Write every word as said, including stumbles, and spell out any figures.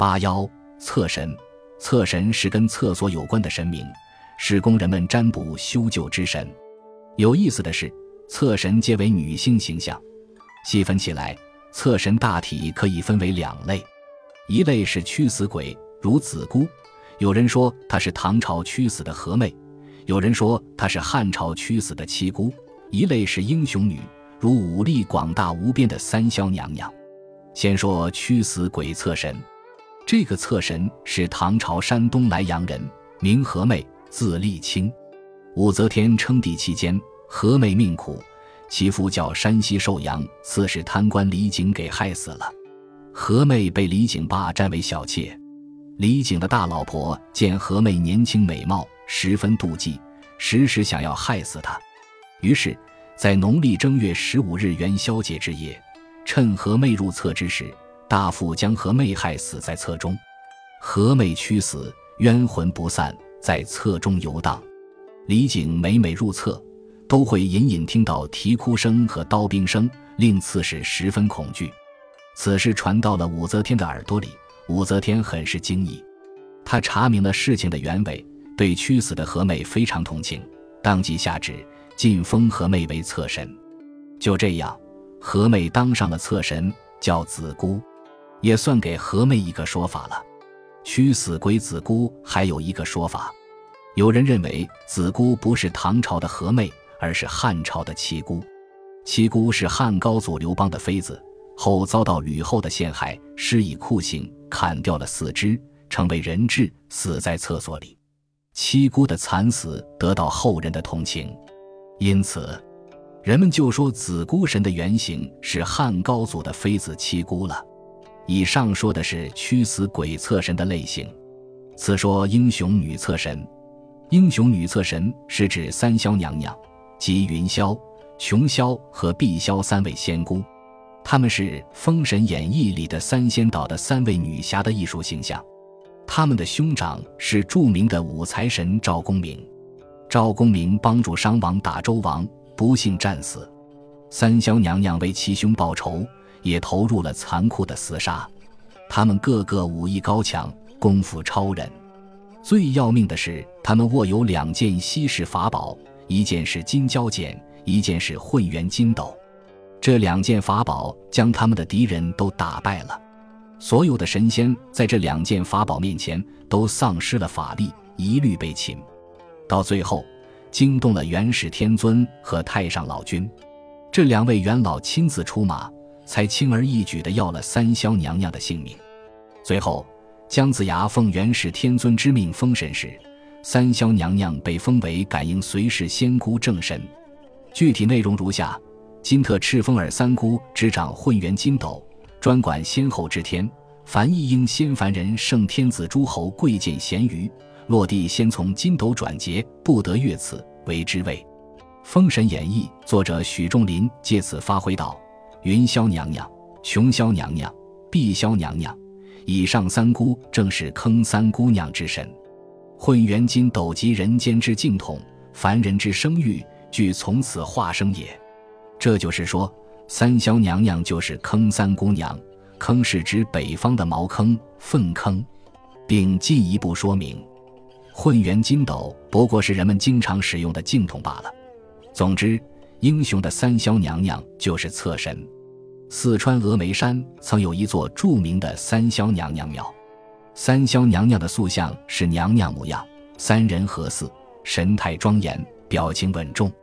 八幺，厕神。厕神是跟厕所有关的神明，是供人们占卜修旧之神。有意思的是，厕神皆为女性形象。细分起来，厕神大体可以分为两类，一类是屈死鬼，如子姑，有人说她是唐朝屈死的和妹，有人说她是汉朝屈死的七姑；一类是英雄女，如武力广大无边的三霄娘娘。先说屈死鬼厕神，这个厕神是唐朝山东莱阳人，名和妹，字丽清。武则天称帝期间，和妹命苦，其父叫山西寿阳刺史贪官李璟给害死了。和妹被李璟霸占为小妾，李璟的大老婆见和妹年轻美貌，十分妒忌，时时想要害死她。于是在农历正月十五日元宵节之夜，趁和妹入厕之时，大腹将和妹害死在厕中。和妹屈死，冤魂不散，在厕中游荡。李璟每每入厕，都会隐隐听到啼哭声和刀兵声，令刺史十分恐惧。此事传到了武则天的耳朵里，武则天很是惊异。她查明了事情的原委，对屈死的和妹非常同情，当即下旨晋封和妹为厕神。就这样，和妹当上了厕神，叫子姑，也算给和妹一个说法了。屈死归子姑还有一个说法，有人认为子姑不是唐朝的和妹，而是汉朝的七姑。七姑是汉高祖刘邦的妃子，后遭到吕后的陷害，施以酷刑，砍掉了四肢，成为人质，死在厕所里。七姑的惨死得到后人的同情，因此人们就说子姑神的原型是汉高祖的妃子七姑了。以上说的是屈死鬼厕神的类型。次说英雄女厕神。英雄女厕神是指三霄娘娘，即云霄、琼霄和碧霄三位仙姑，她们是《封神演义》里的三仙岛的三位女侠的艺术形象。她们的兄长是著名的武财神赵公明。赵公明帮助商王打周王，不幸战死。三霄娘娘为其兄报仇，也投入了残酷的厮杀。他们个个武艺高强，功夫超人。最要命的是，他们握有两件稀世法宝，一件是金蛟锏，一件是混元金斗。这两件法宝将他们的敌人都打败了。所有的神仙在这两件法宝面前都丧失了法力，一律被擒。到最后，惊动了元始天尊和太上老君，这两位元老亲自出马，才轻而易举地要了三霄娘娘的性命。随后姜子牙奉元始天尊之命封神时，三霄娘娘被封为感应随侍仙姑正神。具体内容如下：金特赤峰尔三姑执掌混元金斗，专管先后之天，凡一应先凡人圣天子诸侯贵贱咸鱼，落地先从金斗转节，不得越此，为之谓。封神演义作者许仲林借此发挥道：云霄娘娘、琼霄娘娘、碧霄娘娘，以上三姑正是坑三姑娘之神。混元金斗即人间之净统，凡人之生育，俱从此化生也。这就是说，三霄娘娘就是坑三姑娘，坑是指北方的茅坑、粪坑，并进一步说明，混元金斗不过是人们经常使用的净统罢了。总之，英雄的三霄娘娘就是厕神。四川峨眉山曾有一座著名的三霄娘娘庙，三霄娘娘的塑像是娘娘模样，三人合祀，神态庄严，表情稳重。